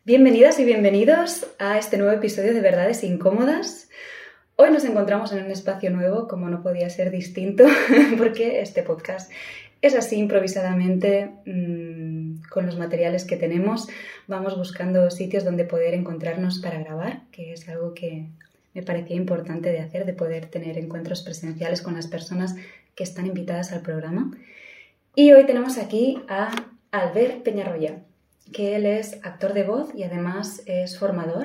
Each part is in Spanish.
Bienvenidas y bienvenidos a este nuevo episodio de Verdades Incómodas. Hoy nos encontramos en un espacio nuevo, como no podía ser distinto, porque este podcast es así improvisadamente, con los materiales que tenemos. Vamos buscando sitios donde poder encontrarnos para grabar, que es algo que me parecía importante de hacer, de poder tener encuentros presenciales con las personas que están invitadas al programa. Y hoy tenemos aquí a Albert Peñarroya, que él es actor de voz y además es formador.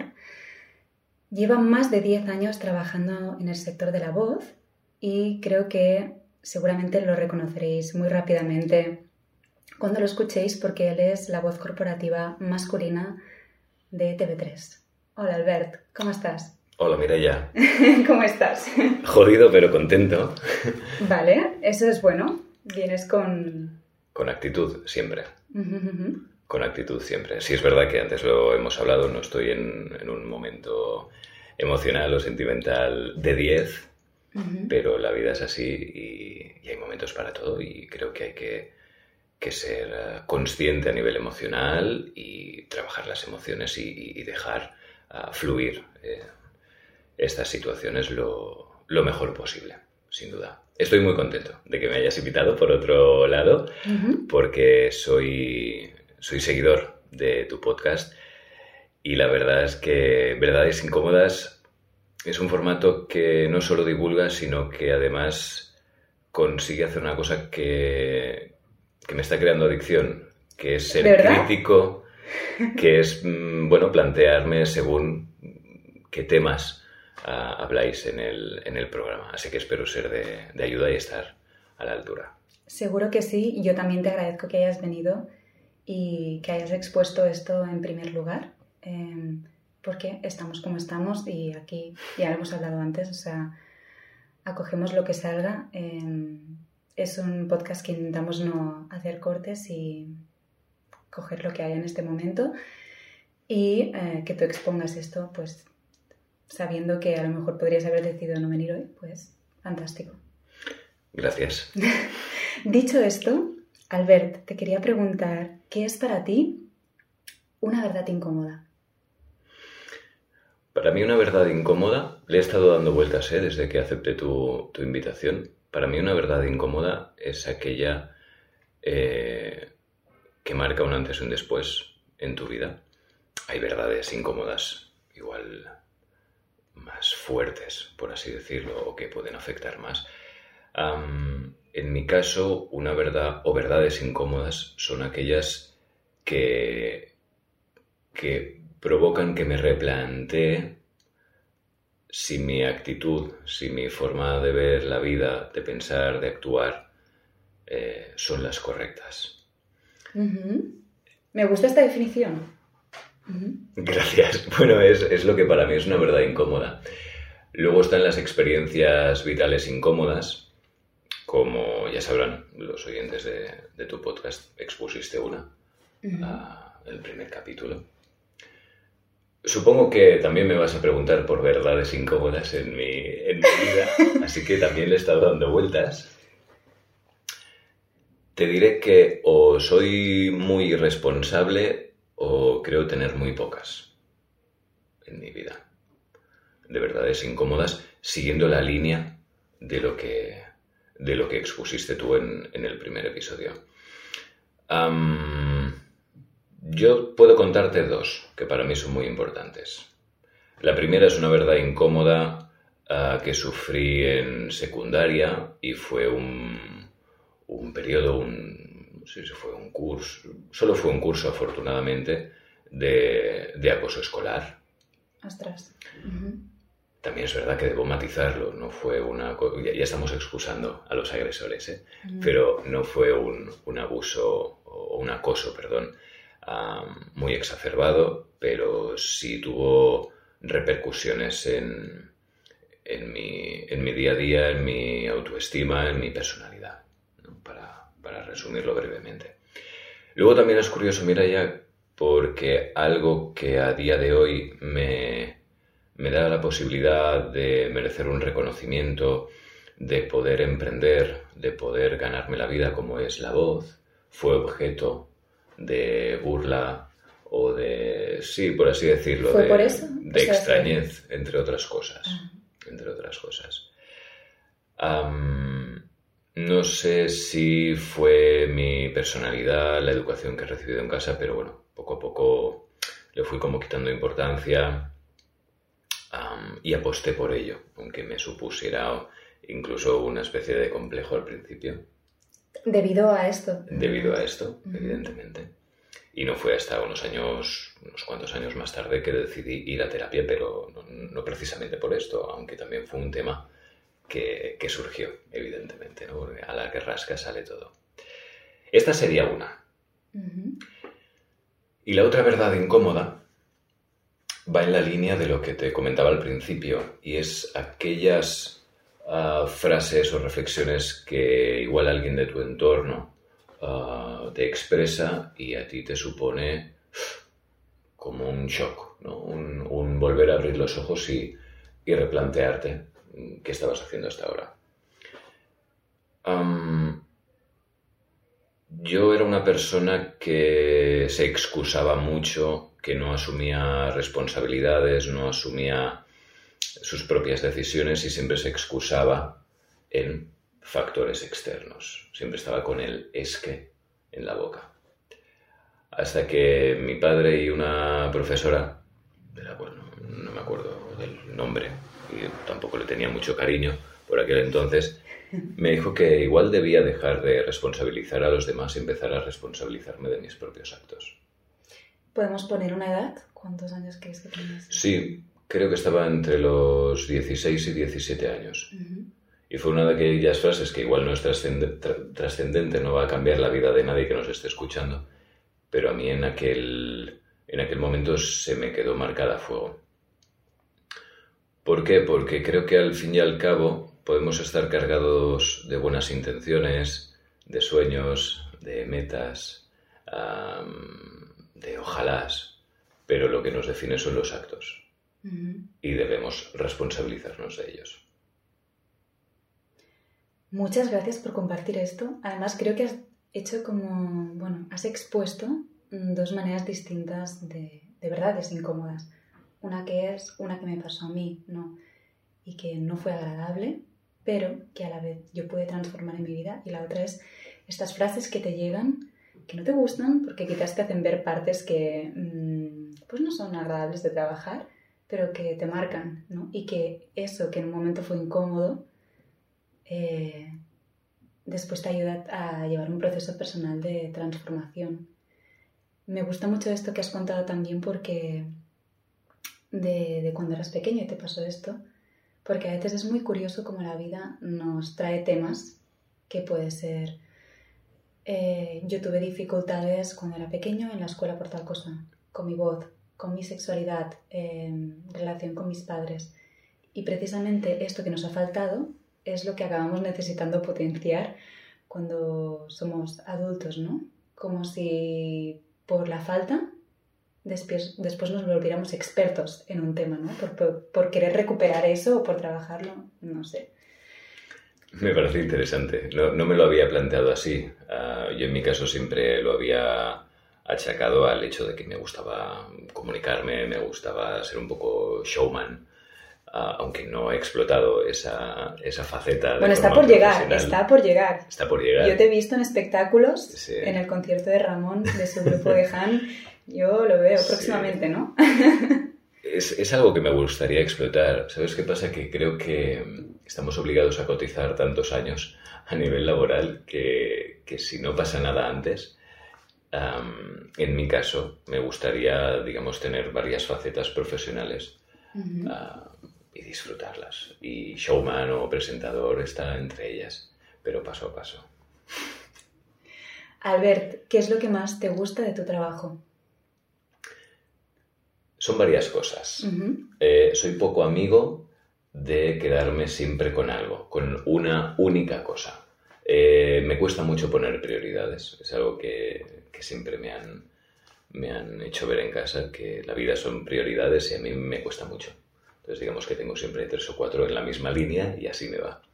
Lleva más de 10 años trabajando en el sector de la voz y creo que seguramente lo reconoceréis muy rápidamente cuando lo escuchéis porque él es la voz corporativa masculina de TV3. Hola Albert, ¿cómo estás? Hola Mireia. ¿Cómo estás? Jodido pero contento. Vale, eso es bueno. Vienes con... Con actitud siempre. Con actitud siempre. Sí, es verdad que antes lo hemos hablado, no estoy en un momento emocional o sentimental de 10, pero la vida es así y hay momentos para todo y creo que hay que ser consciente a nivel emocional y trabajar las emociones y dejar fluir estas situaciones lo mejor posible, sin duda. Estoy muy contento de que me hayas invitado por otro lado, porque soy seguidor de tu podcast y la verdad es que Verdades Incómodas es un formato que no solo divulga, sino que además consigue hacer una cosa que me está creando adicción, que es ser crítico, que es, plantearme según qué temas habláis en el programa. Así que espero ser de ayuda y estar a la altura. Seguro que sí. Yo también te agradezco que hayas venido y que hayas expuesto esto en primer lugar, porque estamos como estamos y aquí ya lo hemos hablado antes, o sea, acogemos lo que salga. Es un podcast que intentamos no hacer cortes y coger lo que hay en este momento y que tú expongas esto, pues sabiendo que a lo mejor podrías haber decidido no venir hoy, pues fantástico. Gracias. Dicho esto, Albert, te quería preguntar, ¿qué es para ti una verdad incómoda? Para mí una verdad incómoda, le he estado dando vueltas desde que acepté tu invitación. Para mí una verdad incómoda es aquella que marca un antes y un después en tu vida. Hay verdades incómodas igual más fuertes, por así decirlo, o que pueden afectar más. En mi caso, una verdad o verdades incómodas son aquellas que provocan que me replantee si mi actitud, si mi forma de ver la vida, de pensar, de actuar, son las correctas. Me gusta esta definición. Gracias. Bueno, es lo que para mí es una verdad incómoda. Luego están las experiencias vitales incómodas. Como ya sabrán los oyentes de tu podcast, expusiste una, el primer capítulo. Supongo que también me vas a preguntar por verdades incómodas en mi vida, así que también le he estado dando vueltas. Te diré que o soy muy irresponsable o creo tener muy pocas en mi vida. De verdades incómodas, siguiendo la línea de lo que expusiste tú en el primer episodio. Yo puedo contarte dos que para mí son muy importantes. La primera es una verdad incómoda que sufrí en secundaria y fue un periodo, no sé si fue un curso, solo fue un curso afortunadamente, de acoso escolar. Ostras. También es verdad que debo matizarlo, no fue ya estamos excusando a los agresores, pero no fue un abuso o un acoso, muy exacerbado, pero sí tuvo repercusiones en mi día a día, en mi autoestima, en mi personalidad, ¿no? Para resumirlo brevemente. Luego también es curioso, Mireia, porque algo que a día de hoy me da la posibilidad de merecer un reconocimiento, de poder emprender, de poder ganarme la vida como es la voz, fue objeto de burla o de, sí, por así decirlo, ¿Fue por eso? De extrañez, entre otras cosas. Entre otras cosas. No sé si fue mi personalidad, la educación que he recibido en casa, pero bueno, poco a poco le fui como quitando importancia y aposté por ello, aunque me supusiera incluso una especie de complejo al principio. ¿Debido a esto? Debido a esto, evidentemente. Y no fue hasta unos cuantos años más tarde que decidí ir a terapia, pero no precisamente por esto, aunque también fue un tema que surgió, evidentemente, ¿no? Porque a la que rasca sale todo. Esta sería una. Y la otra verdad incómoda va en la línea de lo que te comentaba al principio, y es aquellas frases o reflexiones que igual alguien de tu entorno te expresa y a ti te supone como un shock, ¿no? Un volver a abrir los ojos y replantearte qué estabas haciendo hasta ahora. Yo era una persona que se excusaba mucho, que no asumía responsabilidades, no asumía sus propias decisiones y siempre se excusaba en factores externos. Siempre estaba con el es que en la boca. Hasta que mi padre y una profesora, no me acuerdo del nombre, y tampoco le tenía mucho cariño por aquel entonces, me dijo que igual debía dejar de responsabilizar a los demás y empezar a responsabilizarme de mis propios actos. ¿Podemos poner una edad? ¿Cuántos años crees que tenías? Sí, creo que estaba entre los 16 y 17 años. Y fue una de aquellas frases que igual no es trascendente, no va a cambiar la vida de nadie que nos esté escuchando, pero a mí en aquel momento se me quedó marcada a fuego. ¿Por qué? Porque creo que al fin y al cabo podemos estar cargados de buenas intenciones, de sueños, de metas, de ojalás, pero lo que nos define son los actos y debemos responsabilizarnos de ellos. Muchas gracias por compartir esto. Además, creo que has hecho has expuesto dos maneras distintas de verdades incómodas. Una que me pasó a mí, ¿no? Y que no fue agradable, pero que a la vez yo pude transformar en mi vida. Y la otra es estas frases que te llegan, que no te gustan, porque quizás te hacen ver partes que pues no son agradables de trabajar, pero que te marcan, ¿no? Y que eso que en un momento fue incómodo, después te ayuda a llevar un proceso personal de transformación. Me gusta mucho esto que has contado también porque de cuando eras pequeño y te pasó esto, porque a veces es muy curioso cómo la vida nos trae temas que puede ser yo tuve dificultades cuando era pequeño en la escuela por tal cosa, con mi voz, con mi sexualidad, en relación con mis padres, y precisamente esto que nos ha faltado es lo que acabamos necesitando potenciar cuando somos adultos, ¿no? Como si por la falta después nos volviéramos expertos en un tema, ¿no? Por querer recuperar eso o por trabajarlo, no sé. Me parece interesante. No me lo había planteado así. Yo en mi caso siempre lo había achacado al hecho de que me gustaba comunicarme, me gustaba ser un poco showman. Aunque no he explotado esa faceta. Bueno, está por llegar. Yo te he visto en espectáculos, sí. En el concierto de Ramón, de su grupo de Han. Yo lo veo próximamente, ¿no? Es algo que me gustaría explotar. ¿Sabes qué pasa? Que creo que estamos obligados a cotizar tantos años a nivel laboral que si no pasa nada antes, en mi caso, me gustaría, digamos, tener varias facetas profesionales. Y disfrutarlas. Y showman o presentador está entre ellas, pero paso a paso. Albert, ¿qué es lo que más te gusta de tu trabajo? Son varias cosas. Soy poco amigo de quedarme siempre con algo, con una única cosa. Me cuesta mucho poner prioridades. Es algo que siempre me han hecho ver en casa, que la vida son prioridades y a mí me cuesta mucho. Entonces digamos que tengo siempre 3 o 4 en la misma línea y así me va.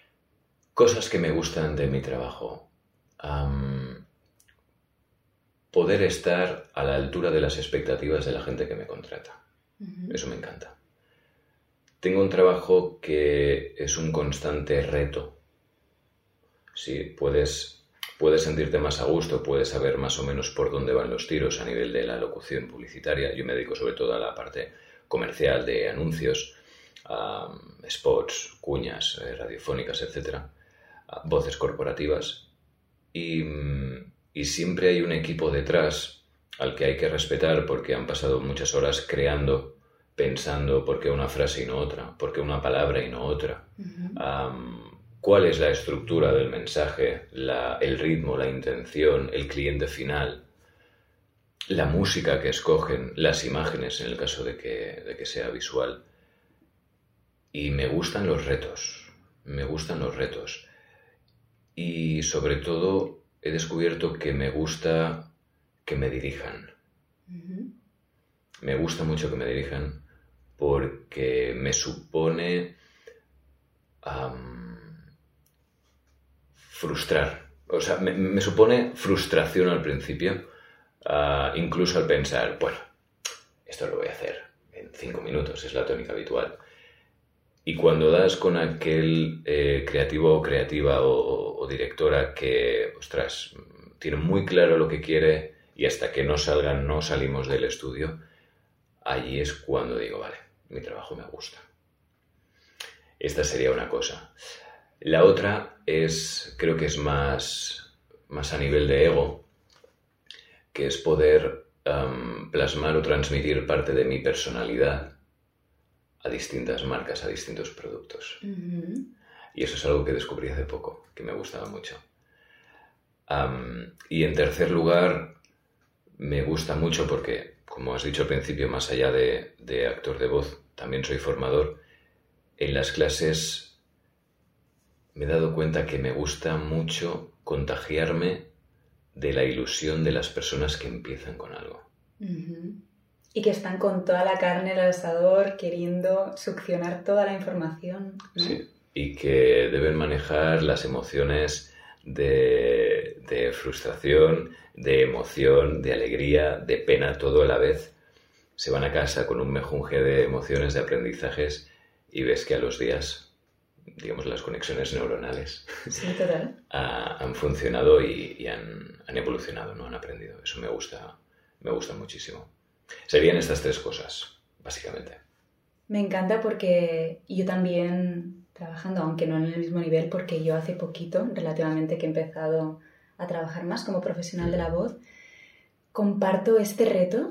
Cosas que me gustan de mi trabajo. poder estar a la altura de las expectativas de la gente que me contrata. Eso me encanta. Tengo un trabajo que es un constante reto. Sí, puedes sentirte más a gusto, puedes saber más o menos por dónde van los tiros a nivel de la locución publicitaria. Yo me dedico sobre todo a la parte comercial de anuncios, spots, cuñas radiofónicas, etcétera, voces corporativas. Y siempre hay un equipo detrás al que hay que respetar porque han pasado muchas horas creando, pensando por qué una frase y no otra, por qué una palabra y no otra. Cuál es la estructura del mensaje, el ritmo, la intención, el cliente final, la música que escogen, las imágenes en el caso de que sea visual. Y me gustan los retos, Y sobre todo he descubierto que me gusta que me dirijan. Me gusta mucho que me dirijan porque me supone frustrar. O sea, me supone frustración al principio, incluso al pensar, bueno, esto lo voy a hacer en 5 minutos, es la tónica habitual. Y cuando das con aquel creativo o creativa o directora que, ostras, tiene muy claro lo que quiere y hasta que no salgan, no salimos del estudio, allí es cuando digo, vale, mi trabajo me gusta. Esta sería una cosa. La otra creo que es más a nivel de ego, que es poder plasmar o transmitir parte de mi personalidad a distintas marcas, a distintos productos. Y eso es algo que descubrí hace poco, que me gustaba mucho. Y en tercer lugar, me gusta mucho porque, como has dicho al principio, más allá de actor de voz, también soy formador. En las clases me he dado cuenta que me gusta mucho contagiarme de la ilusión de las personas que empiezan con algo. Y que están con toda la carne al asador, queriendo succionar toda la información, ¿no? Sí, y que deben manejar las emociones de frustración, de emoción, de alegría, de pena, todo a la vez. Se van a casa con un mejunje de emociones, de aprendizajes, y ves que a los días, digamos, las conexiones neuronales han funcionado y han evolucionado, ¿no? Han aprendido. Eso me gusta muchísimo. Serían estas 3 cosas, básicamente. Me encanta porque yo también, trabajando, aunque no en el mismo nivel, porque yo hace poquito, relativamente, que he empezado a trabajar más como profesional de la voz, comparto este reto.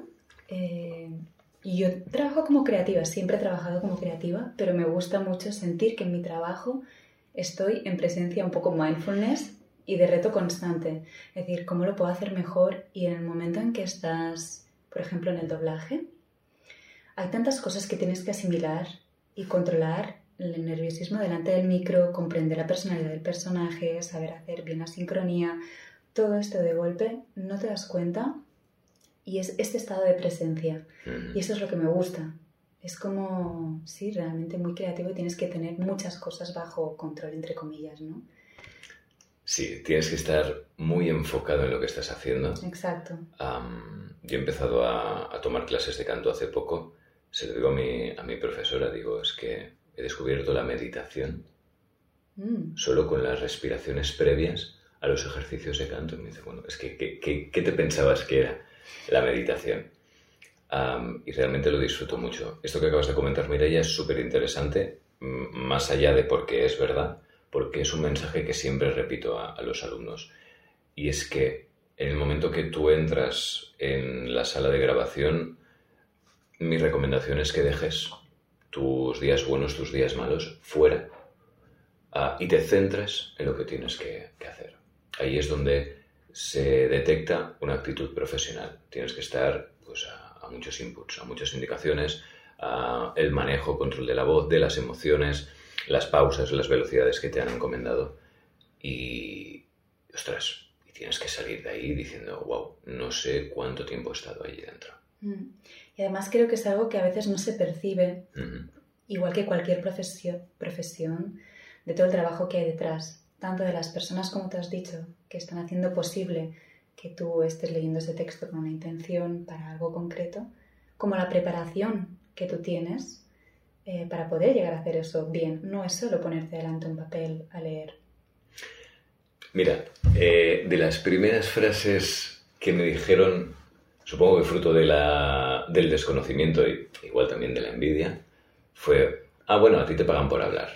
Y yo trabajo como creativa, siempre he trabajado como creativa, pero me gusta mucho sentir que en mi trabajo estoy en presencia un poco mindfulness y de reto constante. Es decir, ¿cómo lo puedo hacer mejor? Y en el momento en que estás, por ejemplo, en el doblaje, hay tantas cosas que tienes que asimilar y controlar: el nerviosismo delante del micro, comprender la personalidad del personaje, saber hacer bien la sincronía. Todo esto de golpe no te das cuenta y es este estado de presencia. Y eso es lo que me gusta. Es como, sí, realmente muy creativo y tienes que tener muchas cosas bajo control, entre comillas, ¿no? Sí, tienes que estar muy enfocado en lo que estás haciendo. Exacto. Yo he empezado a tomar clases de canto hace poco. Se lo digo a mi profesora, digo, es que he descubierto la meditación solo con las respiraciones previas a los ejercicios de canto. Y me dice, bueno, es que ¿qué te pensabas que era la meditación? Y realmente lo disfruto mucho. Esto que acabas de comentar, Mireia, es súper interesante, más allá de porque es verdad, porque es un mensaje que siempre repito a los alumnos. Y es que en el momento que tú entras en la sala de grabación, mi recomendación es que dejes tus días buenos, tus días malos fuera y te centres en lo que tienes que hacer. Ahí es donde se detecta una actitud profesional. Tienes que estar pues, a muchos inputs, a muchas indicaciones, el manejo, control de la voz, de las emociones, las pausas, las velocidades que te han encomendado y, ostras, y tienes que salir de ahí diciendo, wow, no sé cuánto tiempo he estado allí dentro. Y además creo que es algo que a veces no se percibe, igual que cualquier profesión, de todo el trabajo que hay detrás, tanto de las personas, como te has dicho, que están haciendo posible que tú estés leyendo ese texto con una intención para algo concreto, como la preparación que tú tienes para poder llegar a hacer eso bien. No es solo ponerte delante un papel a leer. Mira, de las primeras frases que me dijeron, supongo que fruto del desconocimiento y igual también de la envidia, fue, bueno, a ti te pagan por hablar.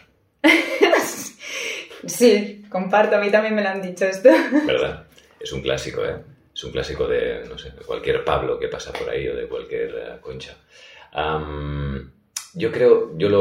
Sí, comparto, a mí también me lo han dicho esto. ¿Verdad? Es un clásico, ¿eh? Es un clásico de, no sé, de cualquier Pablo que pasa por ahí o de cualquier Concha. Yo creo, yo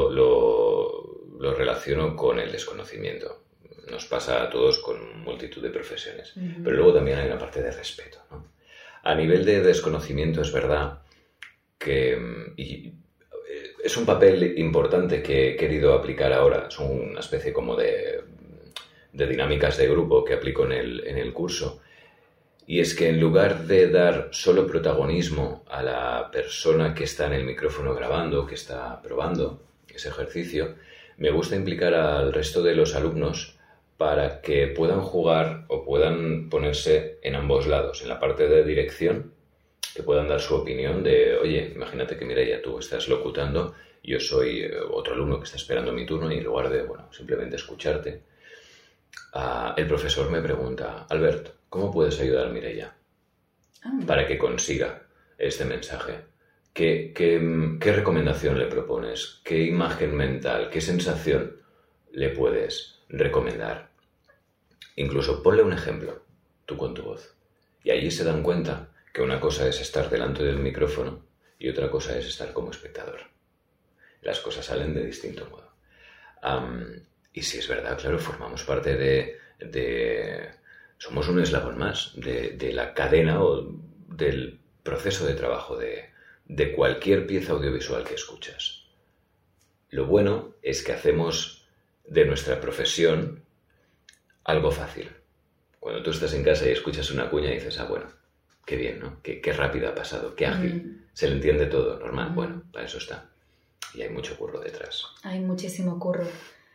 lo relaciono con el desconocimiento. Nos pasa a todos con multitud de profesiones. Uh-huh. Pero luego también hay una parte de respeto, ¿no? A nivel de desconocimiento es verdad que es un papel importante que he querido aplicar ahora. Son una especie como de dinámicas de grupo que aplico en el curso. Y es que en lugar de dar solo protagonismo a la persona que está en el micrófono grabando, que está probando ese ejercicio, me gusta implicar al resto de los alumnos para que puedan jugar o puedan ponerse en ambos lados, en la parte de dirección, que puedan dar su opinión de, oye, imagínate que Mireia, tú estás locutando, yo soy otro alumno que está esperando mi turno y en lugar de, simplemente escucharte, el profesor me pregunta, Albert, ¿cómo puedes ayudar a Mireia para que consiga este mensaje? ¿Qué recomendación le propones? ¿Qué imagen mental, qué sensación le puedes recomendar? Incluso ponle un ejemplo, tú con tu voz. Y allí se dan cuenta que una cosa es estar delante del micrófono y otra cosa es estar como espectador. Las cosas salen de distinto modo. Y si es verdad, claro, formamos parte de somos un eslabón más de la cadena o del proceso de trabajo de cualquier pieza audiovisual que escuchas. Lo bueno es que hacemos de nuestra profesión algo fácil. Cuando tú estás en casa y escuchas una cuña y dices, bueno, qué bien, ¿no? Qué rápido ha pasado, qué ágil. Se le entiende todo, normal. Bueno, para eso está. Y hay mucho curro detrás. Hay muchísimo curro.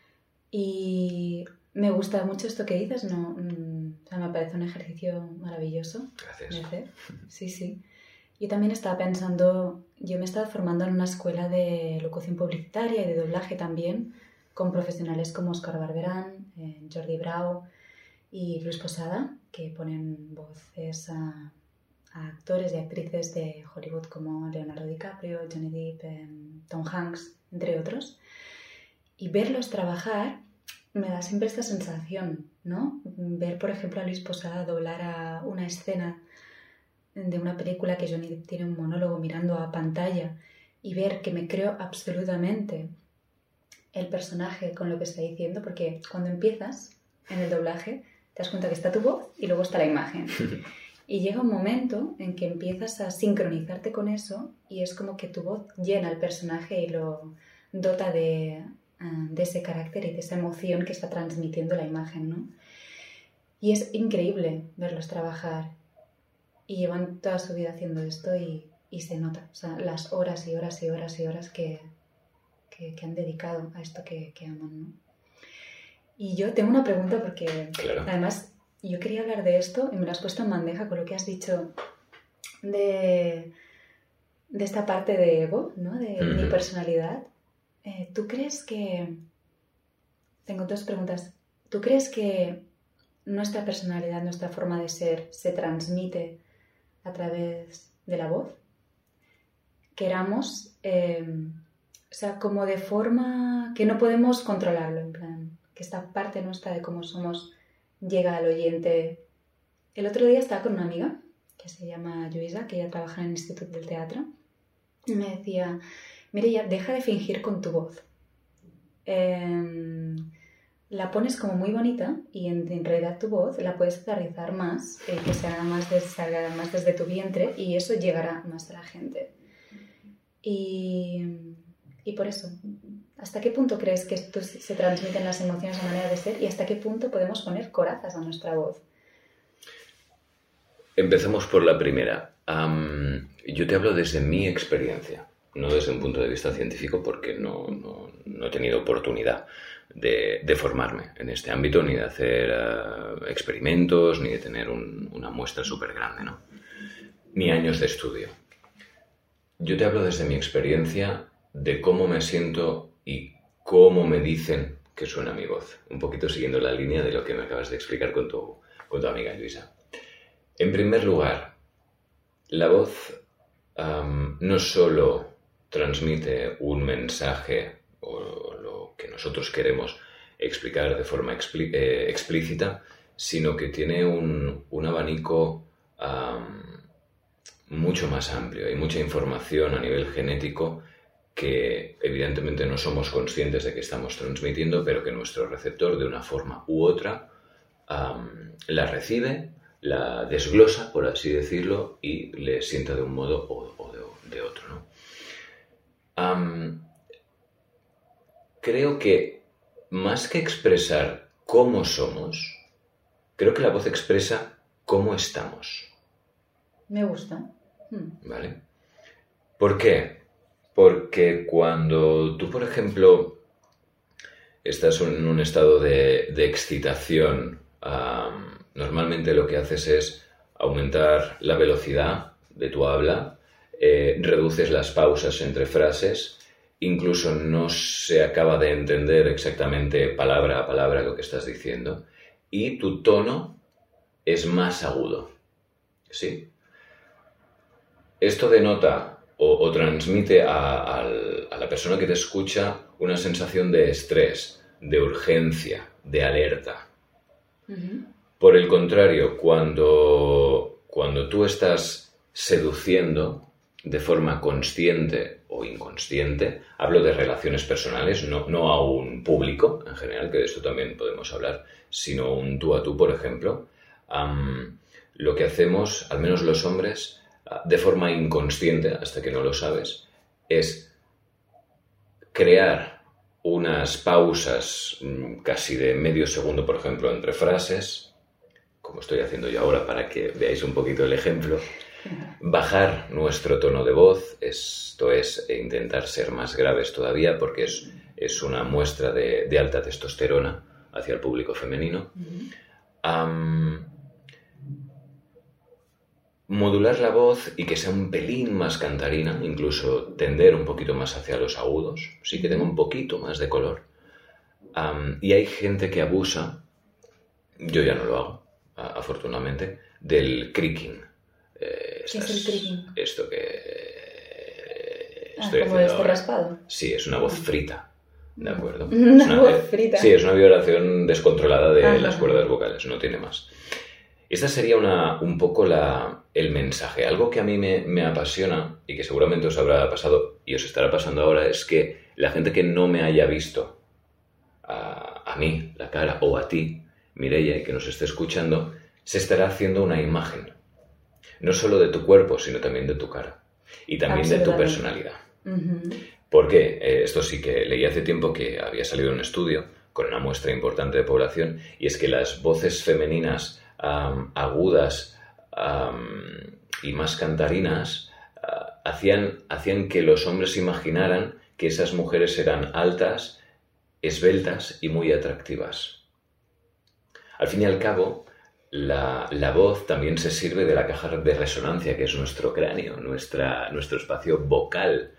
Y me gusta mucho esto que dices, ¿no? O sea, me parece un ejercicio maravilloso. Gracias. De hacer. Sí, sí. Yo también estaba pensando, yo me he estado formando en una escuela de locución publicitaria y de doblaje también, con profesionales como Óscar Barberán, Jordi Brau y Luis Posada, que ponen voces a actores y actrices de Hollywood como Leonardo DiCaprio, Johnny Depp, Tom Hanks, entre otros. Y verlos trabajar me da siempre esta sensación, ¿no? Ver, por ejemplo, a Luis Posada doblar a una escena de una película que Johnny Depp tiene un monólogo mirando a pantalla y ver que me creo absolutamente el personaje con lo que está diciendo, porque cuando empiezas en el doblaje te das cuenta que está tu voz y luego está la imagen. Y llega un momento en que empiezas a sincronizarte con eso y es como que tu voz llena el personaje y lo dota de ese carácter y de esa emoción que está transmitiendo la imagen, ¿no? Y es increíble verlos trabajar. Y llevan toda su vida haciendo esto y se nota. O sea, las horas y horas y horas y horas que han dedicado a esto que aman, ¿no? Y yo tengo una pregunta porque, claro, además, yo quería hablar de esto y me lo has puesto en bandeja con lo que has dicho de esta parte de ego, ¿no? De mi personalidad. ¿Tú crees que... Tengo dos preguntas. ¿Tú crees que nuestra personalidad, nuestra forma de ser, se transmite a través de la voz? Queramos, o sea, como de forma que no podemos controlarlo, en plan, que esta parte nuestra de cómo somos llega al oyente. El otro día estaba con una amiga que se llama Luisa, que ella trabaja en el Instituto del Teatro, y me decía, Mireia, deja de fingir con tu voz. La pones como muy bonita y en realidad tu voz la puedes aterrizar más, que salga más desde tu vientre y eso llegará más a la gente. Y por eso, ¿hasta qué punto crees que esto se transmiten las emociones a manera de ser y hasta qué punto podemos poner corazas a nuestra voz? Empecemos por la primera. Yo te hablo desde mi experiencia, no desde un punto de vista científico porque no he tenido oportunidad. de formarme en este ámbito, ni de hacer experimentos, ni de tener una muestra súper grande, ¿no? Ni años de estudio. Yo te hablo desde mi experiencia de cómo me siento y cómo me dicen que suena mi voz. Un poquito siguiendo la línea de lo que me acabas de explicar con tu amiga Luisa. En primer lugar, la voz no solo transmite un mensaje o lo que nosotros queremos explicar de forma explícita, sino que tiene un abanico mucho más amplio. Hay mucha información a nivel genético que evidentemente no somos conscientes de que estamos transmitiendo, pero que nuestro receptor de una forma u otra la recibe, la desglosa, por así decirlo, y le sienta de un modo o de otro, ¿no? Creo que más que expresar cómo somos, creo que la voz expresa cómo estamos. Me gusta. ¿Vale? ¿Por qué? Porque cuando tú, por ejemplo, estás en un estado de excitación, normalmente lo que haces es aumentar la velocidad de tu habla, reduces las pausas entre frases, incluso no se acaba de entender exactamente palabra a palabra lo que estás diciendo, y tu tono es más agudo, ¿sí? Esto denota o transmite a la persona que te escucha una sensación de estrés, de urgencia, de alerta. Uh-huh. Por el contrario, cuando tú estás seduciendo de forma consciente o inconsciente, hablo de relaciones personales, no a un público en general, que de esto también podemos hablar, sino un tú a tú, por ejemplo, lo que hacemos, al menos los hombres, de forma inconsciente, hasta que no lo sabes, es crear unas pausas casi de medio segundo, por ejemplo, entre frases, como estoy haciendo yo ahora para que veáis un poquito el ejemplo, bajar nuestro tono de voz, esto es intentar ser más graves todavía, porque es una muestra de alta testosterona hacia el público femenino. Modular la voz y que sea un pelín más cantarina, incluso tender un poquito más hacia los agudos, sí que tenga un poquito más de color. Y hay gente que abusa, yo ya no lo hago, afortunadamente, del creaking. ¿Qué es el creaking? Esto que estoy como este raspado. Sí, es una voz frita, ¿de acuerdo? Una voz frita. Sí, es una vibración descontrolada de las cuerdas vocales, no tiene más. Esta sería un poco el mensaje. Algo que a mí me apasiona y que seguramente os habrá pasado y os estará pasando ahora es que la gente que no me haya visto a mí, la cara, o a ti, Mireia, y que nos esté escuchando, se estará haciendo una imagen. No solo de tu cuerpo, sino también de tu cara. Y también de tu personalidad. Uh-huh. ¿Por qué? Esto sí que leí hace tiempo que había salido un estudio con una muestra importante de población, y es que las voces femeninas agudas y más cantarinas hacían que los hombres imaginaran que esas mujeres eran altas, esbeltas y muy atractivas. Al fin y al cabo, la voz también se sirve de la caja de resonancia, que es nuestro cráneo, nuestro espacio bucal,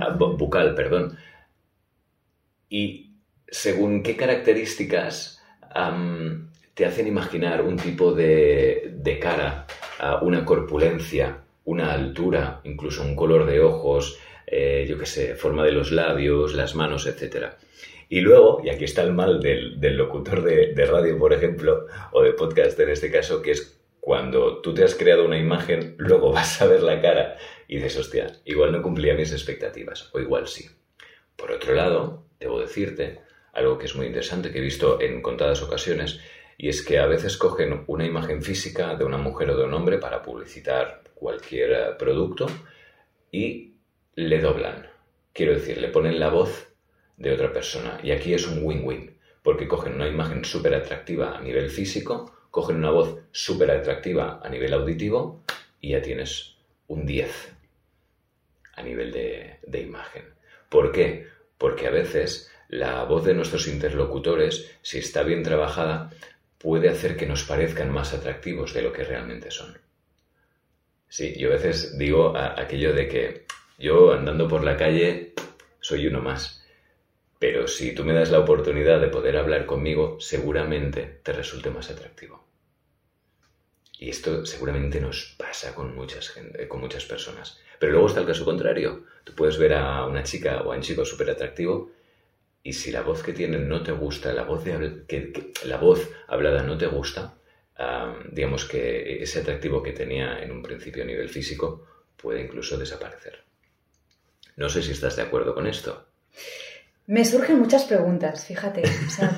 y según qué características te hacen imaginar un tipo de cara, una corpulencia, una altura, incluso un color de ojos, forma de los labios, las manos, etc. Y luego, y aquí está el mal del locutor de radio, por ejemplo, o de podcast en este caso, que es cuando tú te has creado una imagen, luego vas a ver la cara y dices, hostia, igual no cumplía mis expectativas, o igual sí. Por otro lado, debo decirte algo que es muy interesante, que he visto en contadas ocasiones, y es que a veces cogen una imagen física de una mujer o de un hombre para publicitar cualquier producto y le doblan. Quiero decir, le ponen la voz de otra persona. Y aquí es un win-win, porque cogen una imagen súper atractiva a nivel físico, cogen una voz súper atractiva a nivel auditivo y ya tienes un 10 a nivel de imagen. ¿Por qué? porque a veces la voz de nuestros interlocutores, si está bien trabajada, puede hacer que nos parezcan más atractivos de lo que realmente son. Sí, yo a veces digo aquello de que yo andando por la calle soy uno más, pero si tú me das la oportunidad de poder hablar conmigo, seguramente te resulte más atractivo. Y esto seguramente nos pasa con muchas personas. Pero luego está el caso contrario. Tú puedes ver a una chica o a un chico súper atractivo y si la voz que tienen no te gusta, la voz hablada no te gusta, digamos que ese atractivo que tenía en un principio a nivel físico puede incluso desaparecer. No sé si estás de acuerdo con esto. Me surgen muchas preguntas, fíjate. O sea,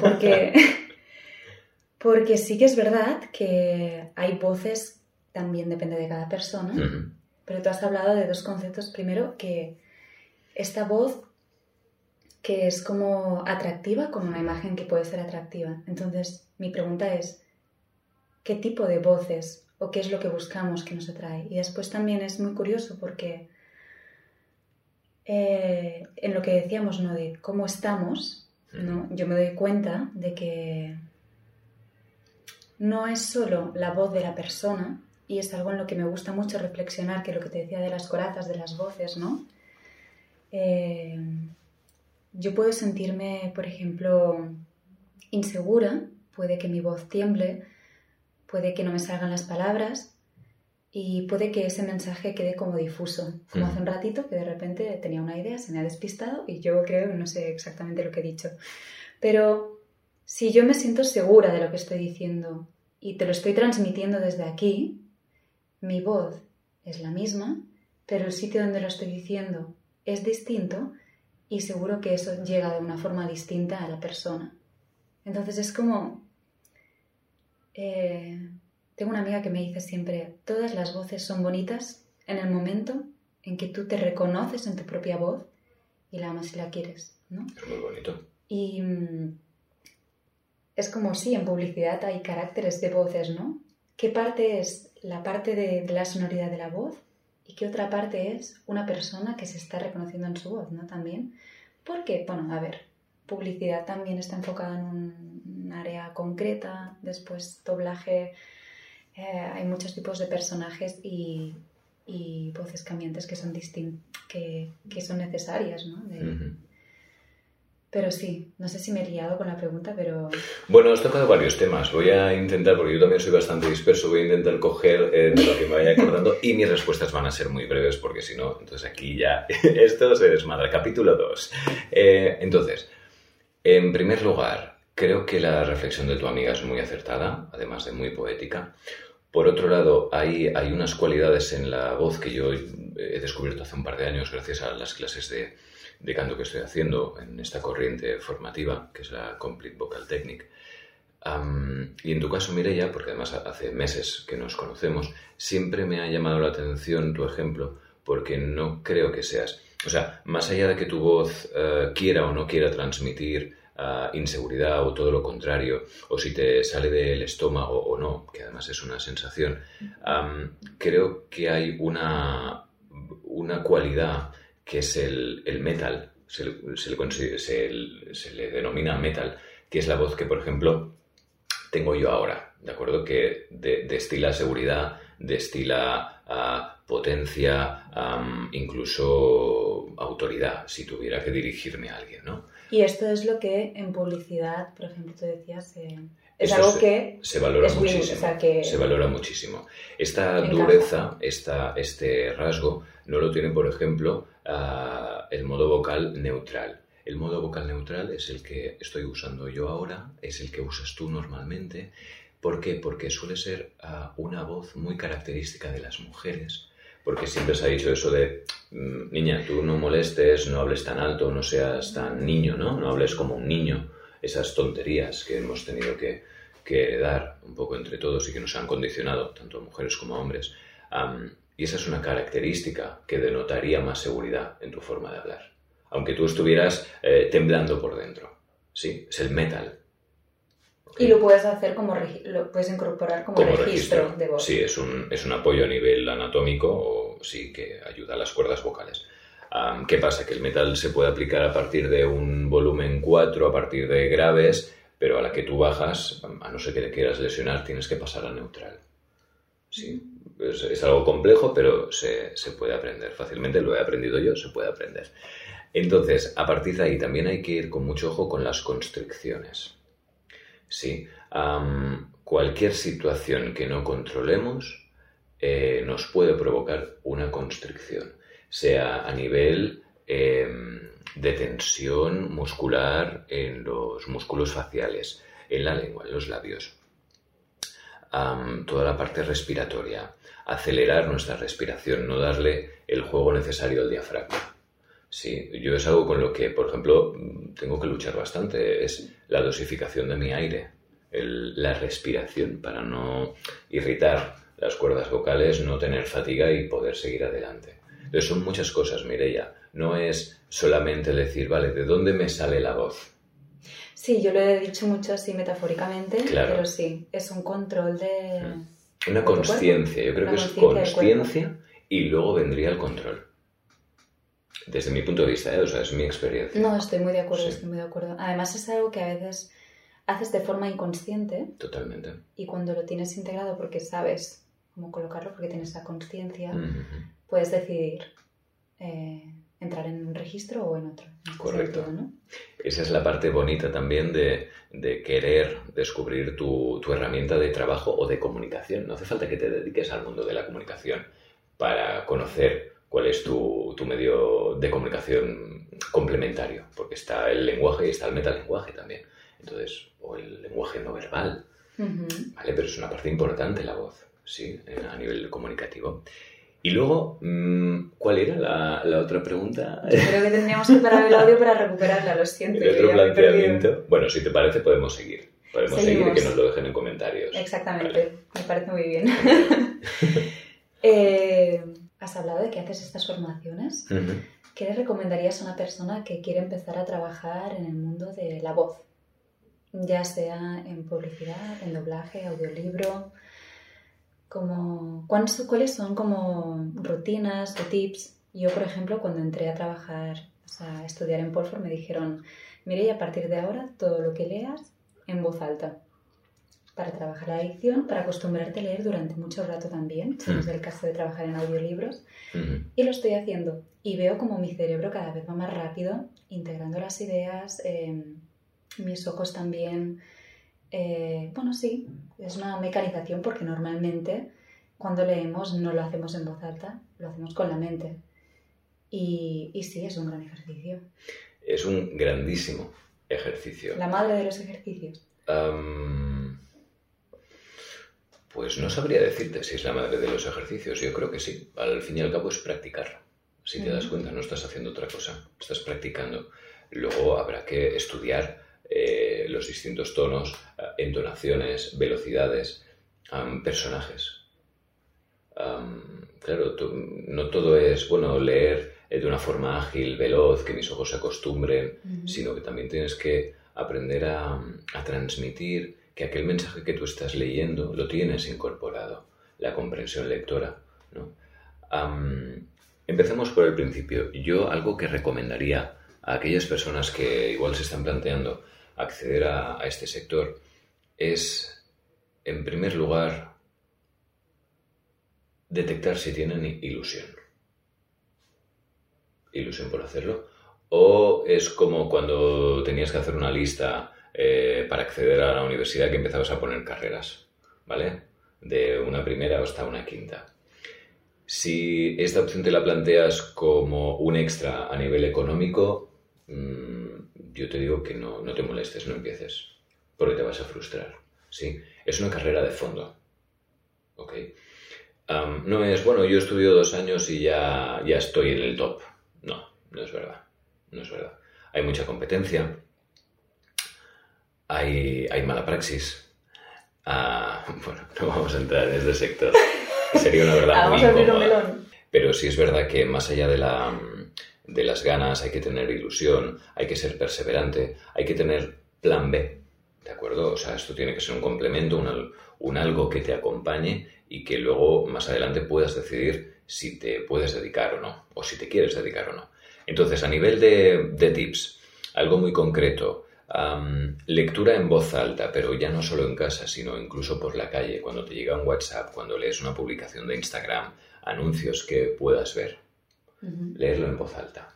porque sí que es verdad que hay voces, también depende de cada persona, pero tú has hablado de dos conceptos. Primero, que esta voz que es como atractiva, con una imagen que puede ser atractiva. Entonces, mi pregunta es, ¿qué tipo de voces o qué es lo que buscamos que nos atrae? Y después también es muy curioso porque en lo que decíamos, ¿no?, de cómo estamos, ¿no?, yo me doy cuenta de que no es solo la voz de la persona, y es algo en lo que me gusta mucho reflexionar, que lo que te decía de las corazas, de las voces, ¿no? Yo puedo sentirme, por ejemplo, insegura, puede que mi voz tiemble, puede que no me salgan las palabras y puede que ese mensaje quede como difuso, como hace un ratito que de repente tenía una idea, se me ha despistado y yo creo que no sé exactamente lo que he dicho. Pero si yo me siento segura de lo que estoy diciendo y te lo estoy transmitiendo desde aquí, mi voz es la misma, pero el sitio donde lo estoy diciendo es distinto y seguro que eso llega de una forma distinta a la persona. Entonces es como... tengo una amiga que me dice siempre, todas las voces son bonitas en el momento en que tú te reconoces en tu propia voz y la amas y la quieres, ¿no? Es muy bonito. Y es como si en publicidad hay caracteres de voces, ¿no? ¿Qué parte es la parte de la sonoridad de la voz? ¿Y qué otra parte es una persona que se está reconociendo en su voz, ¿no? También. Porque, bueno, a ver, publicidad también está enfocada en un área concreta, después doblaje, hay muchos tipos de personajes y voces cambiantes que son que son necesarias, ¿no? Pero sí, no sé si me he liado con la pregunta, pero... Bueno, has tocado varios temas. Voy a intentar, porque yo también soy bastante disperso, voy a intentar coger de lo que me vaya acordando y mis respuestas van a ser muy breves, porque si no, entonces aquí ya esto se desmadra. Capítulo 2. Entonces, en primer lugar, creo que la reflexión de tu amiga es muy acertada, además de muy poética. Por otro lado, hay unas cualidades en la voz que yo he descubierto hace un par de años gracias a las clases de canto que estoy haciendo en esta corriente formativa, que es la Complete Vocal Technique. Y en tu caso, Mireia, porque además hace meses que nos conocemos, siempre me ha llamado la atención tu ejemplo, porque no creo que seas... O sea, más allá de que tu voz quiera o no quiera transmitir inseguridad o todo lo contrario, o si te sale del estómago o no, que además es una sensación, creo que hay una cualidad que es el metal, se le denomina metal, que es la voz que, por ejemplo, tengo yo ahora, ¿de acuerdo? Que destila seguridad, destila potencia, incluso autoridad, si tuviera que dirigirme a alguien, ¿no? Y esto es lo que en publicidad, por ejemplo, tú decías... Es algo que se valora es muchísimo. O sea, que se valora muchísimo. Esta dureza, este rasgo, no lo tiene, por ejemplo, el modo vocal neutral. El modo vocal neutral es el que estoy usando yo ahora, es el que usas tú normalmente. ¿Por qué? Porque suele ser una voz muy característica de las mujeres. Porque siempre se ha dicho eso de, niña, tú no molestes, no hables tan alto, no seas tan niño, ¿no? No hables como un niño. Esas tonterías que hemos tenido que heredar un poco entre todos y que nos han condicionado, tanto a mujeres como a hombres. Y esa es una característica que denotaría más seguridad en tu forma de hablar. Aunque tú estuvieras temblando por dentro. Sí, es el metal. ¿Okay? Y lo puedes hacer lo puedes incorporar como registro de voz. Sí, es un apoyo a nivel anatómico, o sí, que ayuda a las cuerdas vocales. ¿Qué pasa? Que el metal se puede aplicar a partir de un volumen 4, a partir de graves, pero a la que tú bajas, a no ser que te quieras lesionar, tienes que pasar a neutral. Sí, es algo complejo, pero se puede aprender fácilmente. Lo he aprendido yo, se puede aprender. Entonces, a partir de ahí también hay que ir con mucho ojo con las constricciones. Sí, cualquier situación que no controlemos nos puede provocar una constricción, sea a nivel de tensión muscular en los músculos faciales, en la lengua, en los labios, toda la parte respiratoria, acelerar nuestra respiración, no darle el juego necesario al diafragma. Sí, yo es algo con lo que, por ejemplo, tengo que luchar bastante, es la dosificación de mi aire, la respiración para no irritar las cuerdas vocales, no tener fatiga y poder seguir adelante. Entonces son muchas cosas, Mireia, no es solamente decir, vale, ¿de dónde me sale la voz? Sí, yo lo he dicho mucho así metafóricamente, claro. Pero sí, es un control de... Una consciencia, yo creo que es consciencia y luego vendría el control. Desde mi punto de vista, o sea, es mi experiencia. No, estoy muy de acuerdo, estoy muy de acuerdo. Además es algo que a veces haces de forma inconsciente. Totalmente. Y cuando lo tienes integrado porque sabes cómo colocarlo, porque tienes la consciencia, puedes decidir entrar en un registro o en otro. En correcto. Sentido, ¿no? Esa es la parte bonita también de querer descubrir tu herramienta de trabajo o de comunicación. No hace falta que te dediques al mundo de la comunicación para conocer cuál es tu medio de comunicación complementario, porque está el lenguaje y está el metalenguaje también. Entonces, o el lenguaje no verbal, ¿vale? Pero es una parte importante la voz, ¿sí? A nivel comunicativo. Y luego, ¿cuál era la otra pregunta? Yo creo que tendríamos que parar el audio para recuperarla, lo siento. El otro planteamiento. Bueno, si te parece, podemos seguir. Podemos seguir y que nos lo dejen en comentarios. Exactamente, vale. Me parece muy bien. Has hablado de que haces estas formaciones. ¿Qué le recomendarías a una persona que quiere empezar a trabajar en el mundo de la voz? Ya sea en publicidad, en doblaje, audiolibro. ¿Cuáles son como rutinas o tips? Yo, por ejemplo, cuando entré a trabajar, a estudiar en Polfor, me dijeron, Mireia, a partir de ahora, todo lo que leas en voz alta. Para trabajar la dicción, para acostumbrarte a leer durante mucho rato también, si es el caso de trabajar en audiolibros. Y lo estoy haciendo. Y veo como mi cerebro cada vez va más rápido, integrando las ideas, mis ojos también. Bueno, sí, es una mecanización porque normalmente cuando leemos no lo hacemos en voz alta, lo hacemos con la mente. Y sí, es un gran ejercicio. Es un grandísimo ejercicio. ¿La madre de los ejercicios? Pues no sabría decirte si es la madre de los ejercicios. Yo creo que sí. Al fin y al cabo es practicar. Si te das cuenta, no estás haciendo otra cosa. Estás practicando. Luego habrá que estudiar los distintos tonos, entonaciones, velocidades, personajes. Claro, no todo es, bueno, leer de una forma ágil, veloz, que mis ojos se acostumbren, sino que también tienes que aprender a transmitir que aquel mensaje que tú estás leyendo lo tienes incorporado, la comprensión lectora, ¿no? Empecemos por el principio. Yo algo que recomendaría a aquellas personas que igual se están planteando acceder a este sector es, en primer lugar, detectar si tienen ilusión. Ilusión por hacerlo. O es como cuando tenías que hacer una lista para acceder a la universidad, que empezabas a poner carreras, ¿vale? De una primera hasta una quinta. Si esta opción te la planteas como un extra a nivel económico, yo te digo que no te molestes, no empieces, porque te vas a frustrar, ¿sí? Es una carrera de fondo, ¿ok? No es, bueno, yo estudio 2 años y ya estoy en el top. No es verdad, no es verdad. Hay mucha competencia, hay mala praxis. Bueno, no vamos a entrar en este sector. Sería una verdad muy incómoda. Pero sí es verdad que más allá de las ganas hay que tener ilusión, hay que ser perseverante, hay que tener plan B, ¿de acuerdo? O sea, esto tiene que ser un complemento, un algo que te acompañe y que luego más adelante puedas decidir si te puedes dedicar o no, o si te quieres dedicar o no. Entonces, a nivel de tips, algo muy concreto, lectura en voz alta, pero ya no solo en casa, sino incluso por la calle, cuando te llega un WhatsApp, cuando lees una publicación de Instagram, anuncios que puedas ver. Leerlo en voz alta.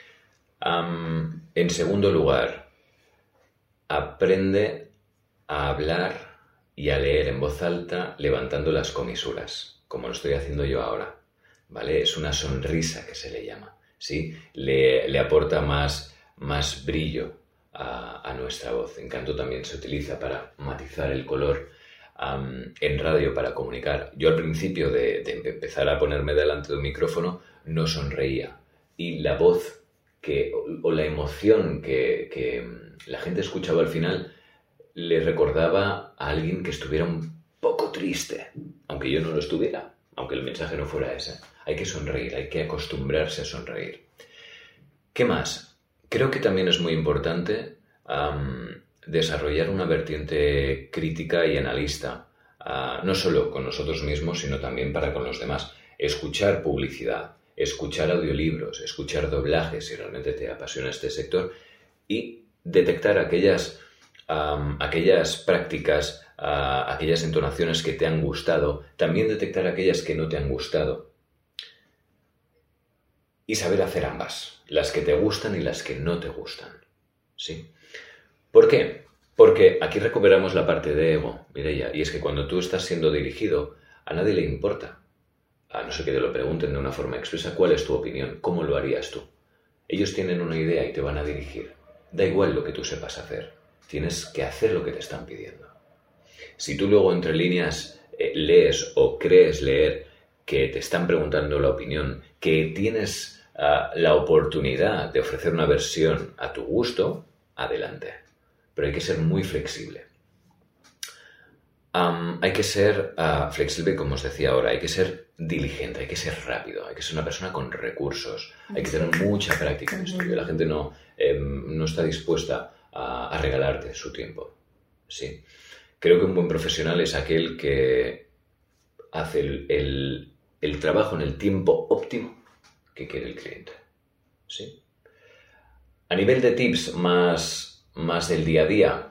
En segundo lugar, aprende a hablar y a leer en voz alta levantando las comisuras, como lo estoy haciendo yo ahora, ¿vale? Es una sonrisa que se le llama, ¿sí? Le aporta más brillo a nuestra voz. En canto también se utiliza para matizar el color, en radio para comunicar. Yo al principio de empezar a ponerme delante de un micrófono no sonreía y la voz o la emoción que la gente escuchaba al final le recordaba a alguien que estuviera un poco triste, aunque yo no lo estuviera, aunque el mensaje no fuera ese. Hay que sonreír, hay que acostumbrarse a sonreír. ¿Qué más? Creo que también es muy importante desarrollar una vertiente crítica y analista, no solo con nosotros mismos, sino también para con los demás. Escuchar publicidad, escuchar audiolibros, escuchar doblajes, si realmente te apasiona este sector, y detectar aquellas prácticas, aquellas entonaciones que te han gustado, también detectar aquellas que no te han gustado y saber hacer ambas, las que te gustan y las que no te gustan, ¿sí? ¿Por qué? Porque aquí recuperamos la parte de ego, Mireia, y es que cuando tú estás siendo dirigido, a nadie le importa, a no ser que te lo pregunten de una forma expresa, ¿cuál es tu opinión? ¿Cómo lo harías tú? Ellos tienen una idea y te van a dirigir. Da igual lo que tú sepas hacer. Tienes que hacer lo que te están pidiendo. Si tú luego entre líneas lees o crees leer que te están preguntando la opinión, que tienes la oportunidad de ofrecer una versión a tu gusto, adelante. Pero hay que ser muy flexible. Hay que ser flexible, como os decía ahora, hay que ser diligente, hay que ser rápido, hay que ser una persona con recursos, hay que tener mucha práctica en estudio. La gente no está dispuesta a regalarte su tiempo. Sí. Creo que un buen profesional es aquel que hace el trabajo en el tiempo óptimo que quiere el cliente. ¿Sí? A nivel de tips más del día a día,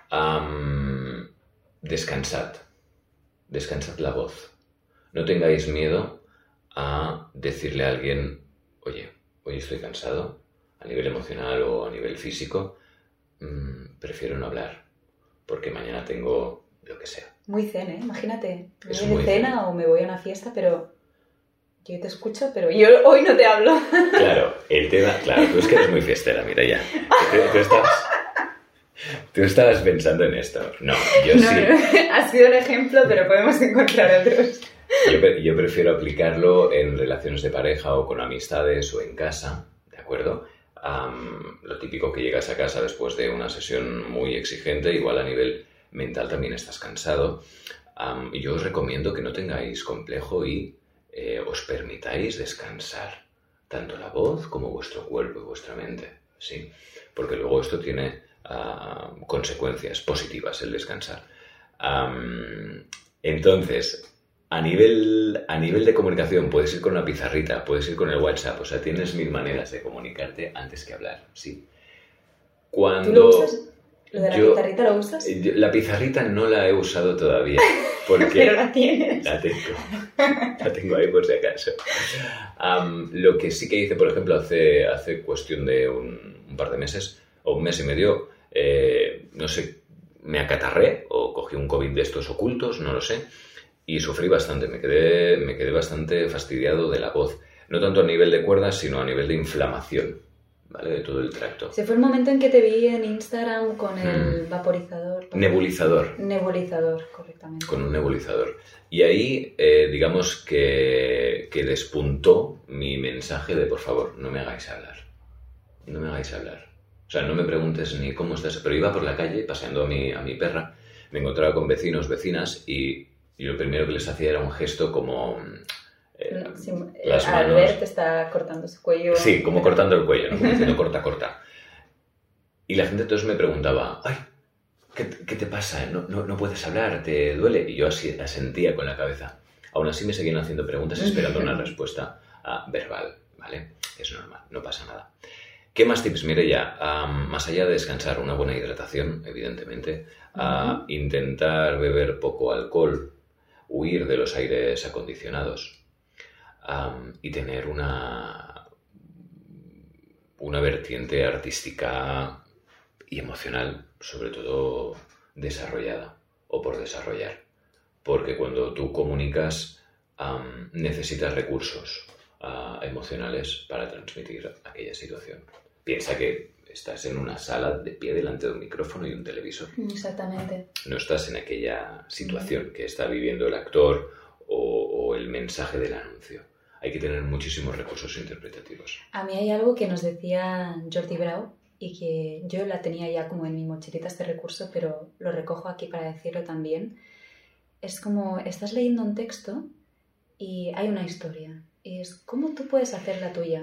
descansad la voz. No tengáis miedo a decirle a alguien, oye, hoy estoy cansado, a nivel emocional o a nivel físico, prefiero no hablar, porque mañana tengo lo que sea. Muy zen, ¿eh? Imagínate, me voy de cena o me voy a una fiesta, pero yo te escucho, pero yo hoy no te hablo. Claro, tú es que eres muy fiestera, mira ya. Tú estabas pensando en esto. No, yo no, sí. Ha sido un ejemplo, pero podemos encontrar otros. Yo prefiero aplicarlo en relaciones de pareja o con amistades o en casa, ¿de acuerdo? Lo típico que llegas a casa después de una sesión muy exigente, igual a nivel mental también estás cansado. Yo os recomiendo que no tengáis complejo y os permitáis descansar, tanto la voz como vuestro cuerpo y vuestra mente, ¿sí? Porque luego esto tiene consecuencias positivas, el descansar. Entonces, a nivel de comunicación, puedes ir con una pizarrita, puedes ir con el WhatsApp, o sea, tienes 1000 maneras de comunicarte antes que hablar, ¿sí? ¿Tú lo usas? ¿Lo de la pizarrita lo usas? La pizarrita no la he usado todavía. Porque pero la tienes. La tengo ahí por si acaso. Lo que sí que hice, por ejemplo, hace cuestión de un par de meses, o un mes y medio, no sé, me acatarré o cogí un COVID de estos ocultos, no lo sé, y sufrí bastante, me quedé bastante fastidiado de la voz. No tanto a nivel de cuerdas, sino a nivel de inflamación, ¿vale? De todo el tracto. Se fue el momento en que te vi en Instagram con el vaporizador. Nebulizador. Nebulizador, correctamente. Con un nebulizador. Y ahí, digamos que despuntó mi mensaje de, por favor, no me hagáis hablar. No me hagáis hablar. O sea, no me preguntes ni cómo estás. Pero iba por la calle, paseando a mi perra, me encontraba con vecinos, vecinas, y lo primero que les hacía era un gesto como... Sí, Albert está cortando su cuello. Sí, como cortando el cuello, ¿no? Como diciendo corta. Y la gente entonces me preguntaba, ay, ¿qué te pasa? ¿No puedes hablar? ¿Te duele? Y yo así asentía con la cabeza. Aún así me seguían haciendo preguntas esperando una respuesta verbal. ¿vale? Es normal, no pasa nada. ¿Qué más tips, Mireia? Más allá de descansar, una buena hidratación, evidentemente, intentar beber poco alcohol, huir de los aires acondicionados y tener una vertiente artística y emocional, sobre todo desarrollada o por desarrollar. Porque cuando tú comunicas, necesitas recursos emocionales para transmitir aquella situación. Piensa que estás en una sala de pie delante de un micrófono y un televisor. Exactamente. No estás en aquella situación que está viviendo el actor o el mensaje del anuncio. Hay que tener muchísimos recursos interpretativos. A mí hay algo que nos decía Jordi Brau y que yo la tenía ya como en mi mochilita este recurso, pero lo recojo aquí para decirlo también. Es como, estás leyendo un texto y hay una historia. Y es cómo tú puedes hacer la tuya.